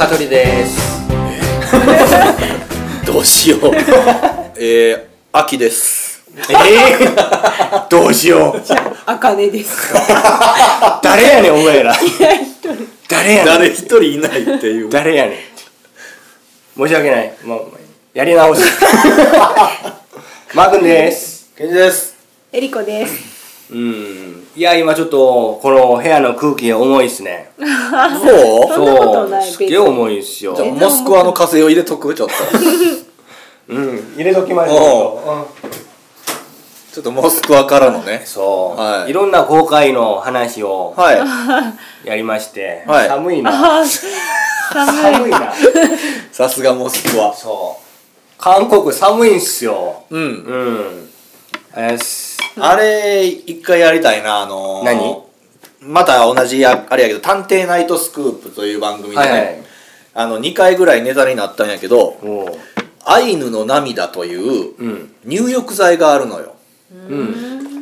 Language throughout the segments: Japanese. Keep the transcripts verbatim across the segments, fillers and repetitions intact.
香取です。 どうしようえー、秋です。 えー、どうしよう。 あかねです。 誰やねんお前ら。誰やねん。 誰一人いないっていう。 誰やねん。申し訳ない。もうやり直す。マー君です。 ケンジです。 えりこです。 うん。いや今ちょっとこの部屋の空気が重いっすね。 そう？ そんなことない。 すっげえ重いっすよ。 じゃあモスクワの風を入れとくちょっと。 うん入れときましょう。 ちょっとモスクワからのね。 そう、 はい、 いろんな航海の話をはい、 やりまして、 はい、 寒いな。寒いな。 さすがモスクワ。 そう。韓国寒いんすよ。 うん。 うん。あす。 あれ一回やりたいな、あのー、 何？ また同じやあれやけど、探偵ナイトスクープという番組でね、はいはい、あのにかいぐらいネタになったんやけど、アイヌの涙という入浴剤があるのよ。うん、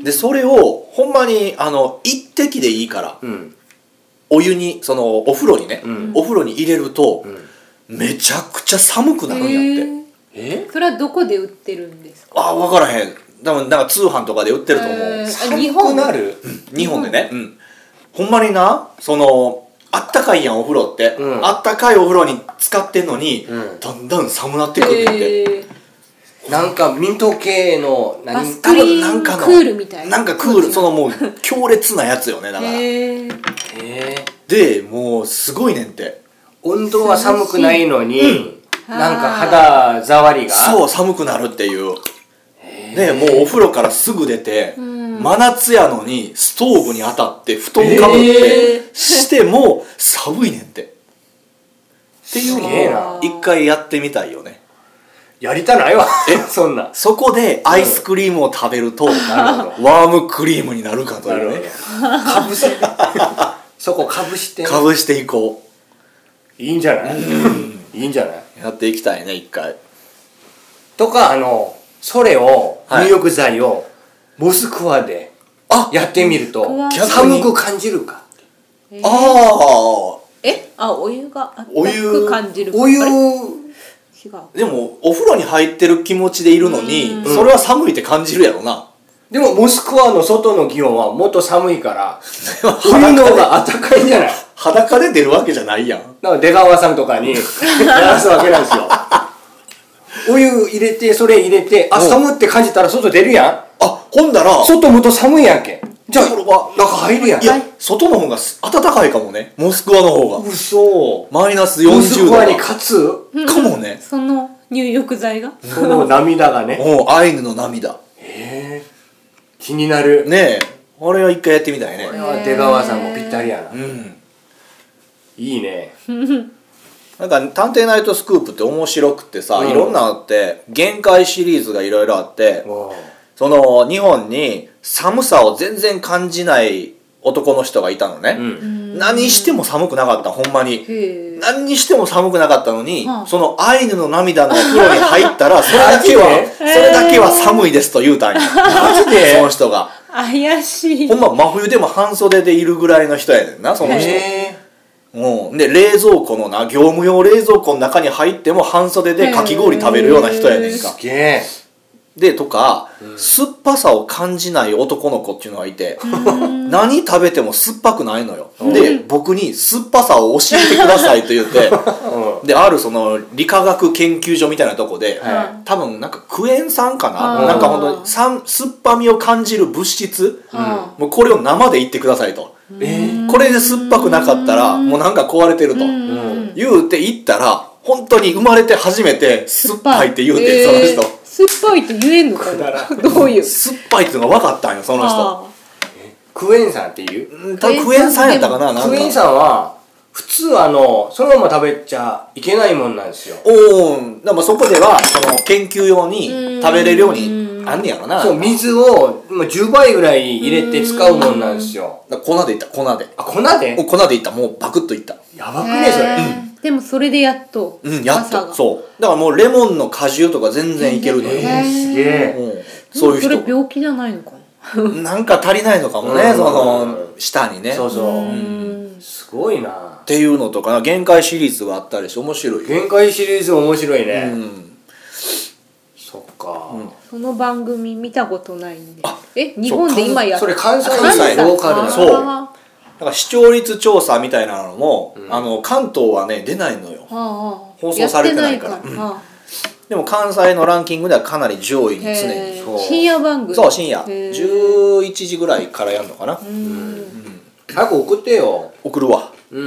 でそれをほんまにあの一滴でいいから、うん、お湯にそのお風呂にね、うん、お風呂に入れると、うん、めちゃくちゃ寒くなるんやって。 えー、それはどこで売ってるんですか？ あ分からへん。多分なんか通販とかで売ってると思う。 寒くなる？ うん、日本でね、うん、ほんまにな、そのあったかいやんお風呂って、うん、あったかいお風呂に使ってんのに、うん、だんだん寒なってくるんやって。 なんかミント系のバスクリーンクールみたいな、 なんかクール、そのもう強烈なやつよね。だからへーでもうすごいねんって。 温度は寒くないのに、うん、なんか肌触りがそう寒くなるっていう。でもうお風呂からすぐ出て、真夏やのにストーブに当たって布団かぶってしても寒いねんってっていうのを一回やってみたいよね。 やりたないわ。えそんなそこでアイスクリームを食べると、うん、ワームクリームになるかというね。 かぶせそこかぶしてかぶしていこう。いいんじゃない？いいんじゃない？ やっていきたいね一回。 とかあのそれを入浴剤をモスクワでやってみると寒く感じるか。 ああえあお湯があったく感じるか。 お湯でもお風呂に入ってる気持ちでいるのにそれは寒いって感じるやろな。 でもモスクワの外の気温はもっと寒いから冬の方が暖かいんじゃない？ 裸で出るわけじゃないやん。 だから出川さんとかにやらすわけなんですよ。お湯入れてそれ入れてあ寒って感じたら外出るやん。 あほんだら外もっと寒いやんけ。じゃあ中入るやん。 いや外の方が暖かいかもね。モスクワの方が。 嘘。 マイナスよんじゅうど。 モスクワに勝つかもね。 その入浴剤がその涙がね。 おうアイヌの涙。 へえ気になるねえ。あれは一回やってみたいね。 これは出川さんもぴったりやな。 うんいいね。 なんか探偵ナイトスクープって面白くてさ、うん、いろんなあって限界シリーズがいろいろあって、その日本に寒さを全然感じない男の人がいたのね、うん、何しても寒くなかった。ほんまに何にしても寒くなかったのに、うん、そのアイヌの涙の風呂に入ったらそれだけはそれだけは寒いですと言うたんや。マジでその人が怪しい。 ほんま真冬でも半袖でいるぐらいの人やねんなその人。うん、で冷蔵庫のな業務用冷蔵庫の中に入っても半袖でかき氷食べるような人やねんか。 すげえ。 でとか、うん、酸っぱさを感じない男の子っていうのがいて何食べても酸っぱくないのよ。で僕に酸っぱさを教えてくださいと言って、うん、であるその理化学研究所みたいなとこで、はい、多分なんかクエン酸かな、なんか本当に酸酸っぱみを感じる物質、うん、もうこれを生で言ってくださいと。えー、これで酸っぱくなかったらもうなんか壊れてると言うて言ったら本当に生まれて初めて酸っぱいって言うて、その人酸っぱいって言えんのかな。どういう酸っぱいっていうのが分かったんよその人。 クエン酸っていう多分クエン酸やったかな。なんかクエン酸は普通あのそのまま食べちゃいけないもんなんですよ。 おお、でもそこではその研究用に食べれるようにあんねやろな。 そう水をじゅうばいぐらい入れて使うもんなんですよ。 粉でいった粉で。 あ粉で？ 粉でいったもうパクッといった。 やばくねそれ。 うんでもそれでやっとうんやっとそうだからもうレモンの果汁とか全然いけるのよ。 えー、すげえ、 うん、そういう人。 それ病気じゃないのかな。 なんか足りないのかもね、その舌にね。 そうそう。うんすごいなっていうのとかな、限界シリーズがあったりして面白い。 限界シリーズ面白いね、 うん、 そっか、うん、 その番組見たことないんで。え、日本で今やってそれ関西関西ローカルなそうだから視聴率調査みたいなのも、うん、あの関東はね出ないのよ、 はあ、 放送されてないから、うんはあ、でも関西のランキングではかなり上位に常に。 深夜番組。 そう深夜じゅういちじぐらいからやるのかな。うん、うん、 早く送ってよ。 送るわ。うん、うん、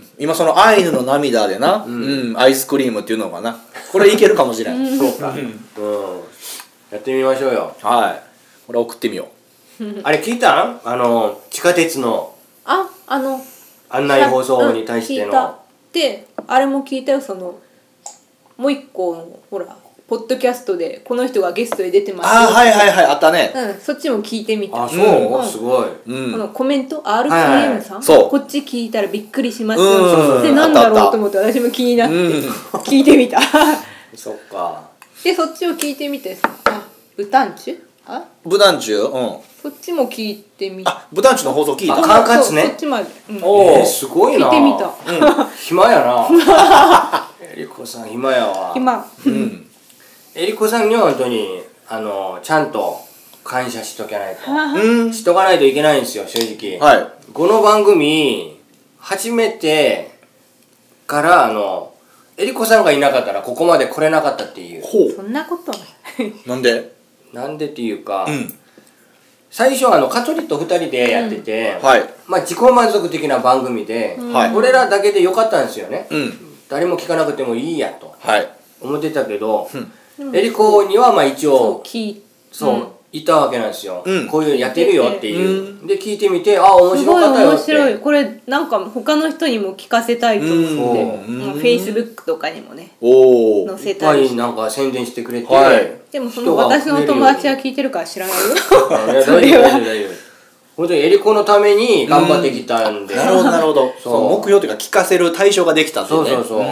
今そのアイヌの涙でな、うんうん、アイスクリームっていうのかな、これいけるかもしれない。 そうか、うん、やってみましょうよ。 はい、これ送ってみよう。あれ聞いたん？あの地下鉄のああの案内放送に対しての、うん、聞いた。 であれも聞いたよ、そのもう一個のほらポッドキャストでこの人がゲストで出てますよ。 あはいはいはいあったね。 うん、そっちも聞いてみた。 あそう、うん、すごい、 うん、このコメント アールケーエム さん、 はいはい、 こっち聞いたらびっくりしますよでなんだろうと思って私も気になって、うん、聞いてみたそっか。 でそっちを聞いてみてさ、あブタンチュあブタンチュうんそっちも聞いてみた。 あブタンチュの放送聞いた。 あ管轄ね。 そっちまで、うん、 おーすごいな。 聞いてみた、 うん、暇やなえりこさん暇やわ。 暇うんえりこさんには本当にあのちゃんと感謝しとけないと、うん、しとかないといけないんですよ正直。はい。この番組初めてからあのえりこさんがいなかったらここまで来れなかったっていう。 ほう。そんなことなんで？ なんでっていうか、うん、最初はあのカトリとふたりでやってて、うん、はい、まあ自己満足的な番組で、うん、俺らだけでよかったんですよね、うん、誰も聞かなくてもいいやと思ってたけど、うん、えりこにはまあ一応そう、うん、いたわけなんですよ、うん、こういうやってるよっていう、うん、で聞いてみてあ面白かったよって。 すごい面白い。これなんか他の人にも聞かせたいと思って、フェイスブックとかにもねお載せたりして、いっぱいなんか宣伝してくれて、はい、 でもその私の友達は聞いてるから知らないよそれは大丈夫大丈夫。本当にえりこのために頑張ってきたんで、 なるほどなるほど。そう目標というか聞かせる対象ができたんでね。 そうそうそう、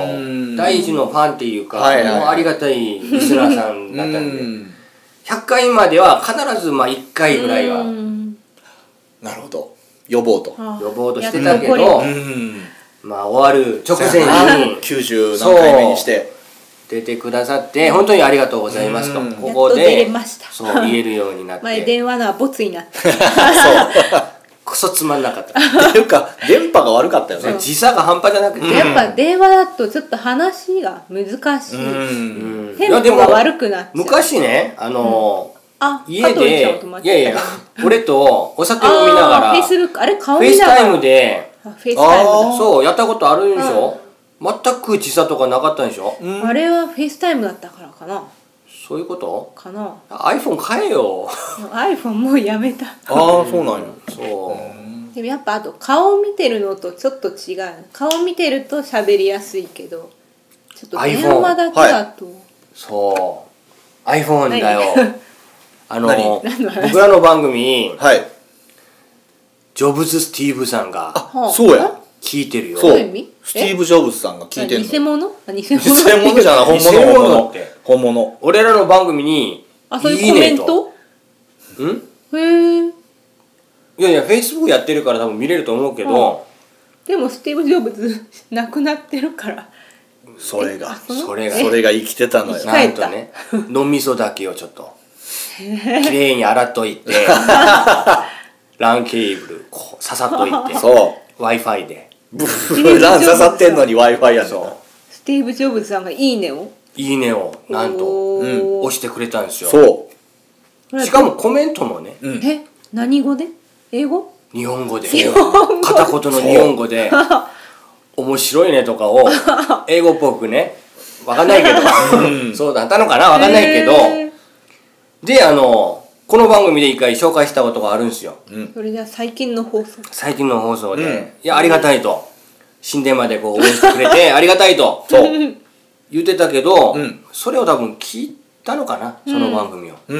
第一のファンっていうか、はいはい、もうありがたいリスナーさんだったんでひゃっかいまでは必ずまあいっかいぐらいはなるほど予防と予防としてたけど、まあ終わる直前にきゅうじゅう何回目にして出てくださって本当にありがとうございますと、ここでそう言えるようになって、 前電話のはボツになってそうクソつまんなかったっていうか電波が悪かったよね。 時差が半端じゃなくて、 やっぱ電話だとちょっと話が難しい、うん、テンポが悪くなっちゃう。 昔ねあのーうん、あ家でいやいや俺とお酒飲みながらフェイスブックあれ顔見ながらフェイスタイムでフェイスタイムだそうやったことあるんでしょ、うん、全く時差とかなかったんでしょ、 うん、あれはフェイスタイムだったからかな。 そういうことかな。 iPhone 買えよ iPhone もうやめた。 ああそうなんや。 そうでもやっぱあと顔見てるのとちょっと違う。顔見てると喋りやすいけどちょっと電話だけだと、はい、 そう iPhone だよあの僕らの番組、はい、ジョブズ・スティーブさんがあそうや聞いてるよ。 そうスティーブ・ジョブズさんが聞いてるの。 偽物？偽物？ 偽物じゃない本物本物って本物。 俺らの番組にあそういうコメント？ ん？へえ。いやいやフェイスブックやってるから多分見れると思うけど、 うん、でもスティーブ・ジョブズ亡くなってるからそれがそれがそれが生きてたのよ。 なんとね脳みそだけをちょっときれいに洗っといてランケーブルこう刺さっといてそう Wi-Fi でラン刺さってんのに Wi-Fi やねん。 スティーブ・ジョブズさんがいいねをいいねをなんと、うん、押してくれたんですよ。 そうしかもコメントもね、 うん、え何語で？英語？ 日本語で片言の日本語で面白いねとかを英語っぽくねわかんないけどそうだったのかなわかんないけどであのこの番組で一回紹介したことがあるんですよ、 うん、それじゃ最近の放送最近の放送で、うん、いやありがたいと神殿までこう応援してくれてありがたいとそう言ってたけど、うん、それを多分聞いたのかなその番組を、うん、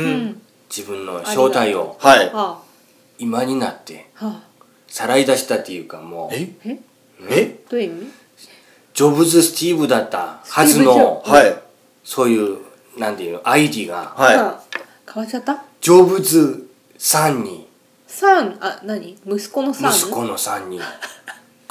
自分の正体を、はい、今になって、はあ、さらい出したっていうかもうえええどういう意味？ ジョブズ・スティーブだったはずの、はい、そういうなんていうの アイディ が、 はい、変わっちゃった？ ジョブズさんにさんあ何息子のさん息子のさんに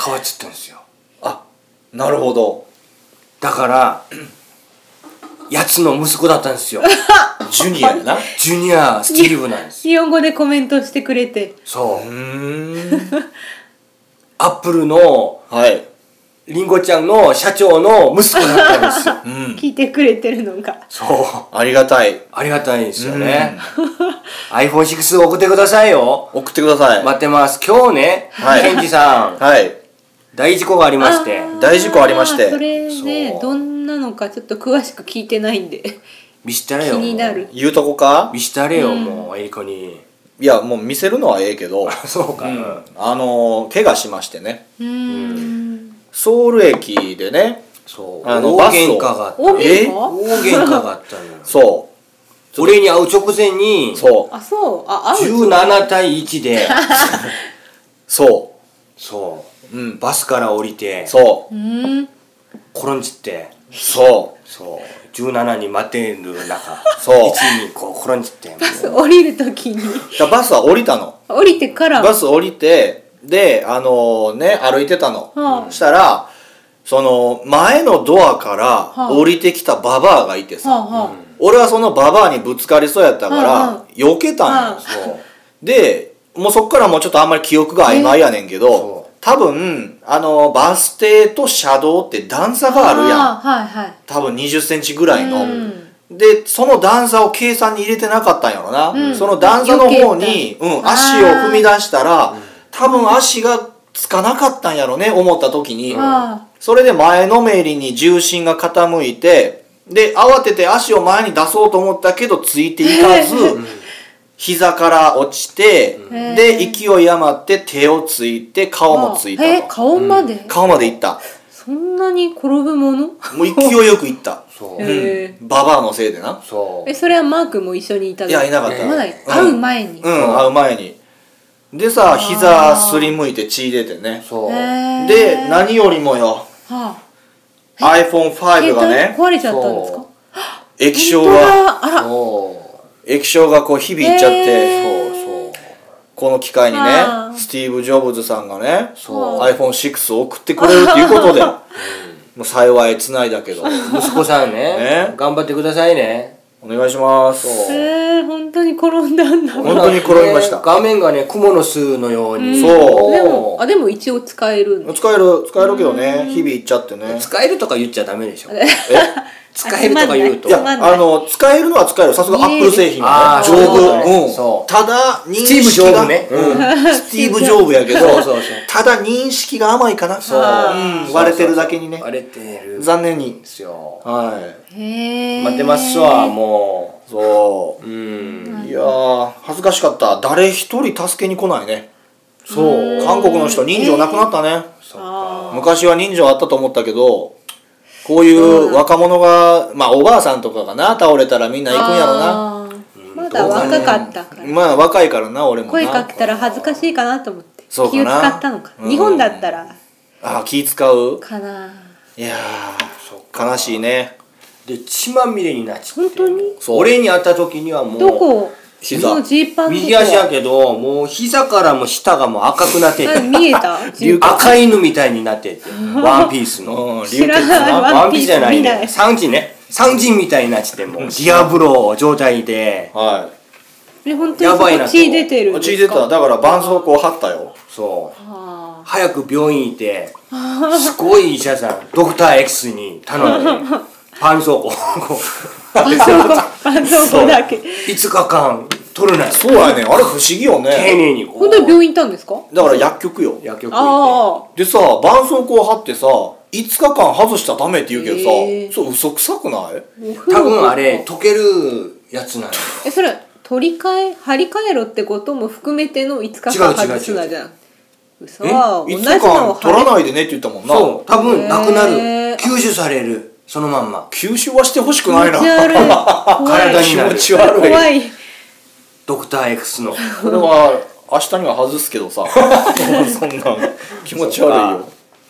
変わっちゃったんですよ。 あ、なるほど。 だからやつの息子だったんですよ。 ジュニアやな。 ジュニアスティーブなんです。 日本語でコメントしてくれて。 そう。 うーん。 アップルのはいリンゴちゃんの社長の息子だったんですよ。 うん。 聞いてくれてるのが。 そう。 ありがたい。 ありがたいですよね。アイフォンシックス 送ってくださいよ。 送ってください。 待ってます。今日ね、 はいケンジさん、 はい。 大事故がありまして。 大事故ありましてそれね、 そうどんなのかちょっと詳しく聞いてないんで。 見したれよ。 気になる。 言うとこか。 見したれよ、 うんもう、エリコに。 いやもう見せるのはええけど、 そうか。 うんあの怪我しましてね。 うーん。 ソウル駅でね。 そう。 あの大喧嘩があった。 大え喧嘩？ 大喧嘩があったのよ。 そ俺に会う直前にう、そうあ、そう。あ、 じゅうななたいいちで、 そそう。 う。うん。 バスから降りて、 そううーん。 転んじって、 そうそう。じゅうななに待ってる中、 そういちにこう転んじって。 バス降りるときにだバスは降りたの。 降りてからバス降りてであのね歩いてたの。 はあしたらその前のドアからはあ降りてきたババアがいてさ、 はあは俺はそのババアにぶつかりそうやったから、 はあ避けたんはあよ。そうでもうそっからもうちょっとあんまり記憶が曖昧やねんけど、 そ多分あのバス停と車道って段差があるやん。 あはいはい多分にじゅっセンチぐらいの、 うんでその段差を計算に入れてなかったんやろな、 うんその段差の方に、 避けたうん、足を踏み出したら、多分足がつかなかったんやろね思った時に、 あそれで前のめりに重心が傾いてで慌てて足を前に出そうと思ったけどついていかず膝から落ちて、 へーで勢い余って手をついて顔もついたえと顔まで、 顔までいったそんなに転ぶものもう勢いよくいったそう。 へうんババアのせいでなそう。 えそれはマークも一緒にいたのいやいなかったまだうん会う前に、 うん会う前にでさ膝すりむいて血出てねそう。 へーで何よりもよはアイフォンファイブがね壊れちゃったんですかそう液晶本当がだあらそ液晶がこう響いちゃって、 へう。そうそう。 この機会にねあースティーブ・ジョブズさんがねそうアイフォンシックス を送ってくれるっていうことでもう幸いつないだけど息子さんねね頑張ってくださいね。 お願いしますそうえー、本当に転んだんだ本当に転びましたね画面がね、蜘蛛の巣のように。 そうでもあでも一応使えるんだ使える使えるけどね日々いっちゃってね使えるとか言っちゃダメでしょ。 え使えるとか言うと。 いやつまんないあの使えるのは使えるさすがアップル製品あーはね丈夫そうだねうんそうただ認スティーブ・ジ識がョブね。 うんスティーブ・ジョブやけどそうそうそうただ認識が甘いかなそううん割れてるだけにね割れてる。 残念にですよ。 はへえ待ってますわ、も。 いそううん。 ういやー恥ずかしかった誰一人助けに来ないねそう。 韓国の人人情なくなったねあ昔は人情あったと思ったけどこういう若者がまあおばあさんとかがな倒れたらみんな行くんやろなあーまだ若かったから、 まあ若いからな俺もな声かけたら恥ずかしいかなと思ってそうかな気を使ったのか、 うん日本だったらああ気使うかないやー悲しいねで、血まみれになっちゃって。 本当にそう俺に会った時にはもう、 どこ膝そのジーパンのとこ右足やけど、もう膝からも下がもう赤くなってて、 何見えたジーパン赤犬みたいになってて、ワンピースの。 うん知らない流血なワンピースワンピースじゃない見ないね。サウジね。サウジみたいになっちゃって、もう、ディアブロ状態で、 はえ本当にそこやばいなと血出てるんですかい血出ただから絆創膏貼ったよそう。 あ早く病院行って、すごい医者さん、ドクター X に頼んで、パンソーコ、 あ絆創膏絆創膏だけいつかかん取るなよ。 そうやねあれ不思議よ丁ね寧にこう。 本当に病院行ったんですかだから薬局よ薬局行っあでさ絆創膏貼ってさいつかかん外しちゃダメって言うけどさ、 へーそう嘘くさくないあて。多分あれ、溶けるやつなのよ。 えそれ取り替え張り替えろってことも含めてのいつか違うか違う外すなじゃん嘘えは同じいつかのをかん取らないでねって言ったもんなそう、多分なくなへーる。吸収される。そのまんま。 吸収はしてほしくないな気持ち悪い怖い体になる気持ち悪い怖いドクター X の。 これは明日には外すけどさそんなん気持ち悪いよ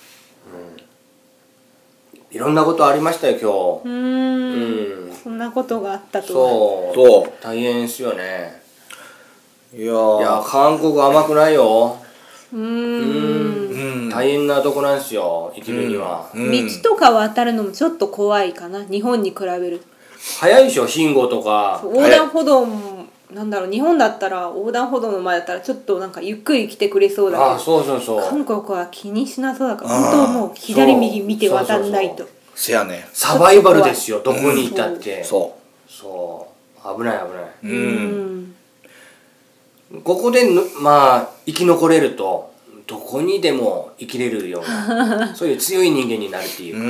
いろんなことありましたよ、 う今日。 ーうんん。 そんなことがあったとそう。 そう大変ですよね。 いやーいや、韓国甘くないよ。 うーんうん大変なとこなんですよ生きるには、 うん、道とか渡るのもちょっと怖いかな日本に比べる。 早いでしょ信号とか。 横断歩道もなんだろう日本だったら横断歩道の前だったらちょっとなんかゆっくり来てくれそうだけど、 あそうそうそう韓国は気にしなそうだから本当もう左右見て渡んないと。 せやねサバイバルですよどこにいたって、 うん、そうそう危ない危ない、 うんうん、ここでまあ生き残れるとどこにでも生きれるようなそういう強い人間になるっていうか、うん、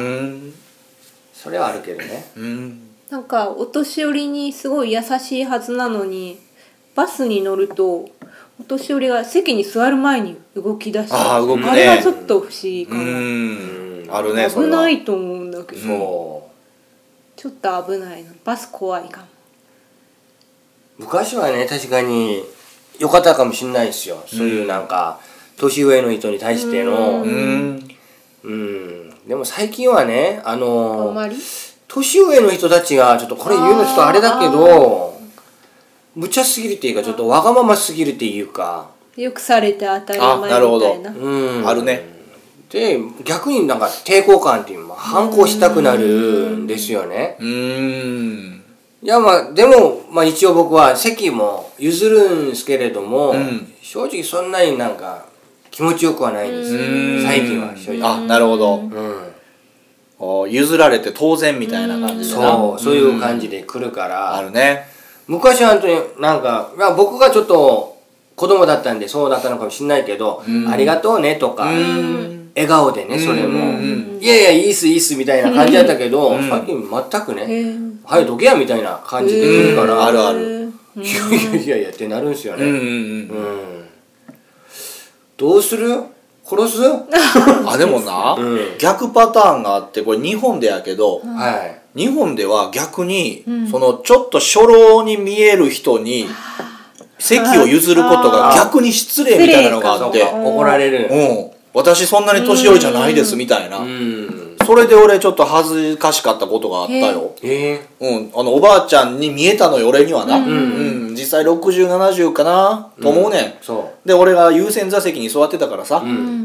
それはあるけどね、 うん、 なんかお年寄りにすごい優しいはずなのにバスに乗るとお年寄りが席に座る前に動き出して あ, 動く、ね、あれはちょっと不思議かな。 うんあるね危ないと思うんだけど、 そうちょっと危ないなバス怖いかも。 昔はね確かに良かったかもしれないですよ、うん、そういうなんか年上の人に対してのうんうんでも最近はねあのあんまり年上の人たちがちょっとこれ言うのちょっとあれだけど無茶すぎるっていうかちょっとわがまますぎるっていうかよくされて当たり前みたいな。あ、なるほど、 うん、 あるね。 で逆になんか抵抗感っていうのも反抗したくなるんですよね。 うーんいやまあでも、まあ、一応僕は席も譲るんですけれども、うん、正直そんなになんか気持ちよくはないんですよ最近は正直。 あなるほど、うん、譲られて当然みたいな感じでそうそういう感じで来るからあるね。 昔は本当になんか、まあ、僕がちょっと子供だったんでそうだったのかもしれないけど、うん、ありがとうねとか、うん笑顔でねそれも、うんうん、いやいやいいっすいいっすみたいな感じだったけど、うん、最近全くね「はいどけや」みたいな感じで来るから、 あるあるいやいやいやいやってなるんすよね、 うんうんうんうん、どうする殺すあでもな、うん、逆パターンがあってこれ日本でやけど、はい、日本では逆に、うん、そのちょっと初老に見える人に席を譲ることが逆に失礼みたいなのがあって怒られる、 うん私そんなに年寄りじゃないですみたいな、うんそれで俺ちょっと恥ずかしかったことがあったよ。 へうん、あのおばあちゃんに見えたのよ俺にはな、うんうん、実際ろくじゅうななじゅうかなと思うねん、うん、そうで俺が優先座席に座ってたからさ、うん、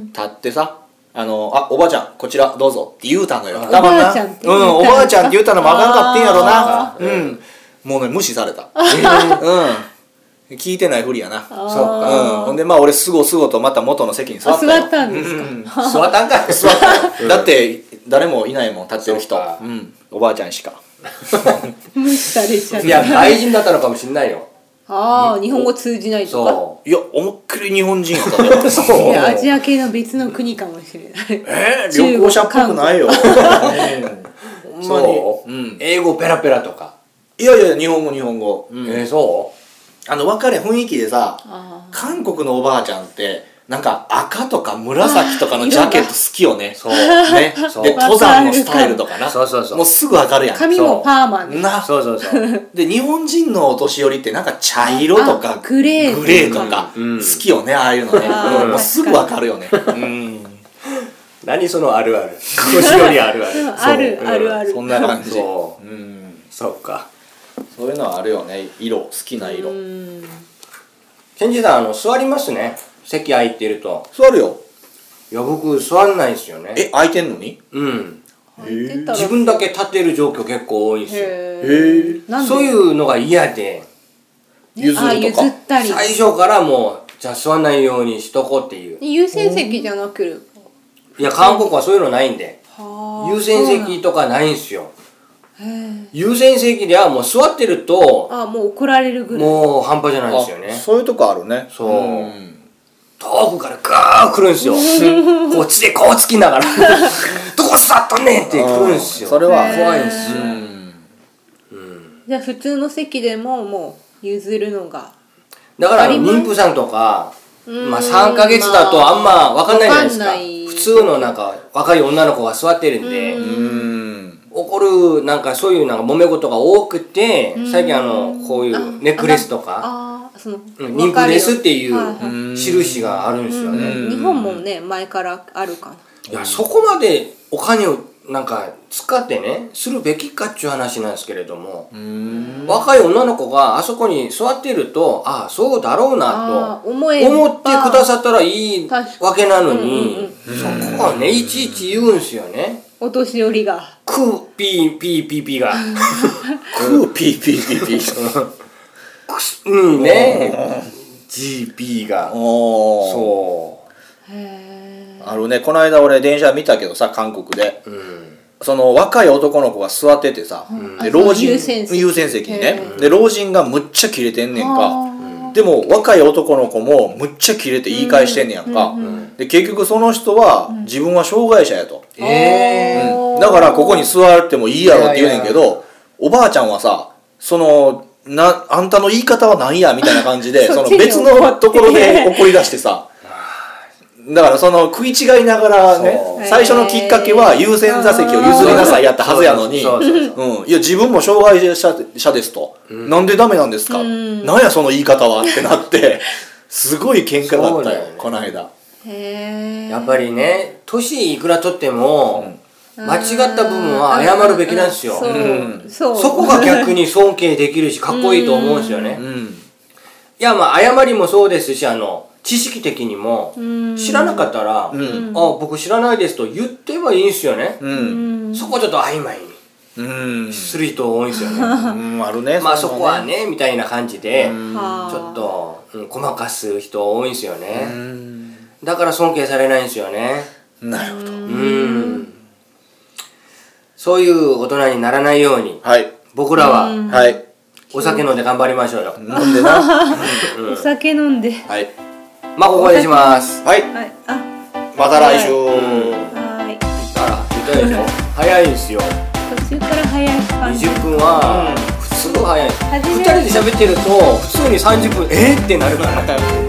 立ってさあのあおばあちゃんこちらどうぞって言うたのよ。 おばあちゃんってうんおばあちゃんって言うたのもあかんかってんやろな。うんもうね無視された。うん聞いてないふりやな。そうか。うん。ほんでまあ俺すごすごとまた元の席に座ったよ。 座ったんですか。うん、 座ったんかい。 座ったよ。だって誰もいないもん立ってる人。うん。おばあちゃんしか。 無視されちゃった。 いや外人だったのかもしれないよ。 ああ日本語通じないとか。そういや思いっきり日本人やったね。 そう。いやアジア系の別の国かもしれない。 えー、旅行者っぽくないよ。 ほんまに。うん。英語ペラペラとか。 いやいや日本語日本語。 うん、えー、そう。 あの分かれ雰囲気でさ韓国のおばあちゃんってなんか赤とか紫とかのジャケット好きよね。そうねそうで登山のスタイルとかなそうそうそうもうすぐ分かるやん。 髪もパーマねなそうそうそうで日本人のお年寄りってなんか茶色とかグレーグレーとか好きよね、うん、ああいうのねもうすぐ分かるよね、うん、 何そのあるある年寄りあるあるあるあるあるそんな感じそう、うん、そうかそういうのはあるよね色好きな色。 ケンジさんあの座りますね席空いてると。 座るよ。 いや僕座んないですよね。 え空いてんのに。 うんへ自分だけ立ってる状況結構多いんですよ。 へえそういうのが嫌で譲るとか譲ったり最初からもうじゃあ座んないようにしとこうっていう。 優先席じゃなければいや韓国はそういうのないんで優先席とかないんですよ。優先席ではもう座ってるとあもう怒られるぐらいもう半端じゃないですよね。 そういうとこあるね。 そう、うん、遠くからガーッ来るんですよこっちでこうつきながらどこ座っとんねんって来るんですよ。 それは怖いんですよ、 うんうん、じゃあ普通の席でももう譲るのがだから妊婦さんとかまあさんかげつだとあんま分かんないじゃないですか。普通のなんか若い女の子が座ってるんでうん怒るなんかそういうなんか揉め事が多くて最近あのこういうネックレスとかああその妊婦レスっていう印があるんですよね。 日本もね前からあるかな。 いやそこまでお金をなんか使ってねするべきかっていう話なんですけれども若い女の子があそこに座っているとああそうだろうなと思ってくださったらいいわけなのにそこはねいちいち言うんすよね、 お年寄りがクーピーピーピーピーがクーピーピーピーピーうんね ジーピー がおそうへあるね。この間俺電車見たけどさ、韓国で、 うん、 その若い男の子が座っててさ、うん、で老人優先席、優先席にね、で老人がむっちゃキレてんねんか、でも若い男の子もむっちゃキレて言い返してんねやんか、うんうん、で結局その人は自分は障害者やと、うんうん、だからここに座ってもいいやろって言うねんけど、いやいやおばあちゃんはさ、そのなあんたの言い方は何やみたいな感じでその別のところで怒り出してさだからその食い違いながらね、最初のきっかけは優先座席を譲りなさいやったはずやのに、いや自分も障害者ですと、うん、なんでダメなんですか、うん、なんやその言い方はってなってすごい喧嘩だったよ、ね、この間。 へやっぱりね年いくら取っても、うん、間違った部分は謝るべきなんですよ、うん、そう、そこが逆に尊敬できるしかっこいいと思うんですよね、うんうん、いやまあ謝りもそうですし、あの知識的にも知らなかったら、うん、あ僕知らないですと言ってはいいんですよね、うん、そこちょっと曖昧にする人多いんですよね、 うん、あるね。 まあそこはねみたいな感じでちょっと、うん、ごまかす人多いんですよね、うん、だから尊敬されないんですよね。 なるほど、うん、 そういう大人にならないように、はい、僕らは、はい、お酒飲んで頑張りましょうよ。 飲んでな、 うん、お酒飲んで、 はい、まあここでします。 はい、はい、あまた来週。 はい、 あら言ったでしょ早いんですよ。 途中から早い感じ。 にじゅっぷんは普通早い。ふたりで喋ってると普通にさんじゅっぷんえーってなるから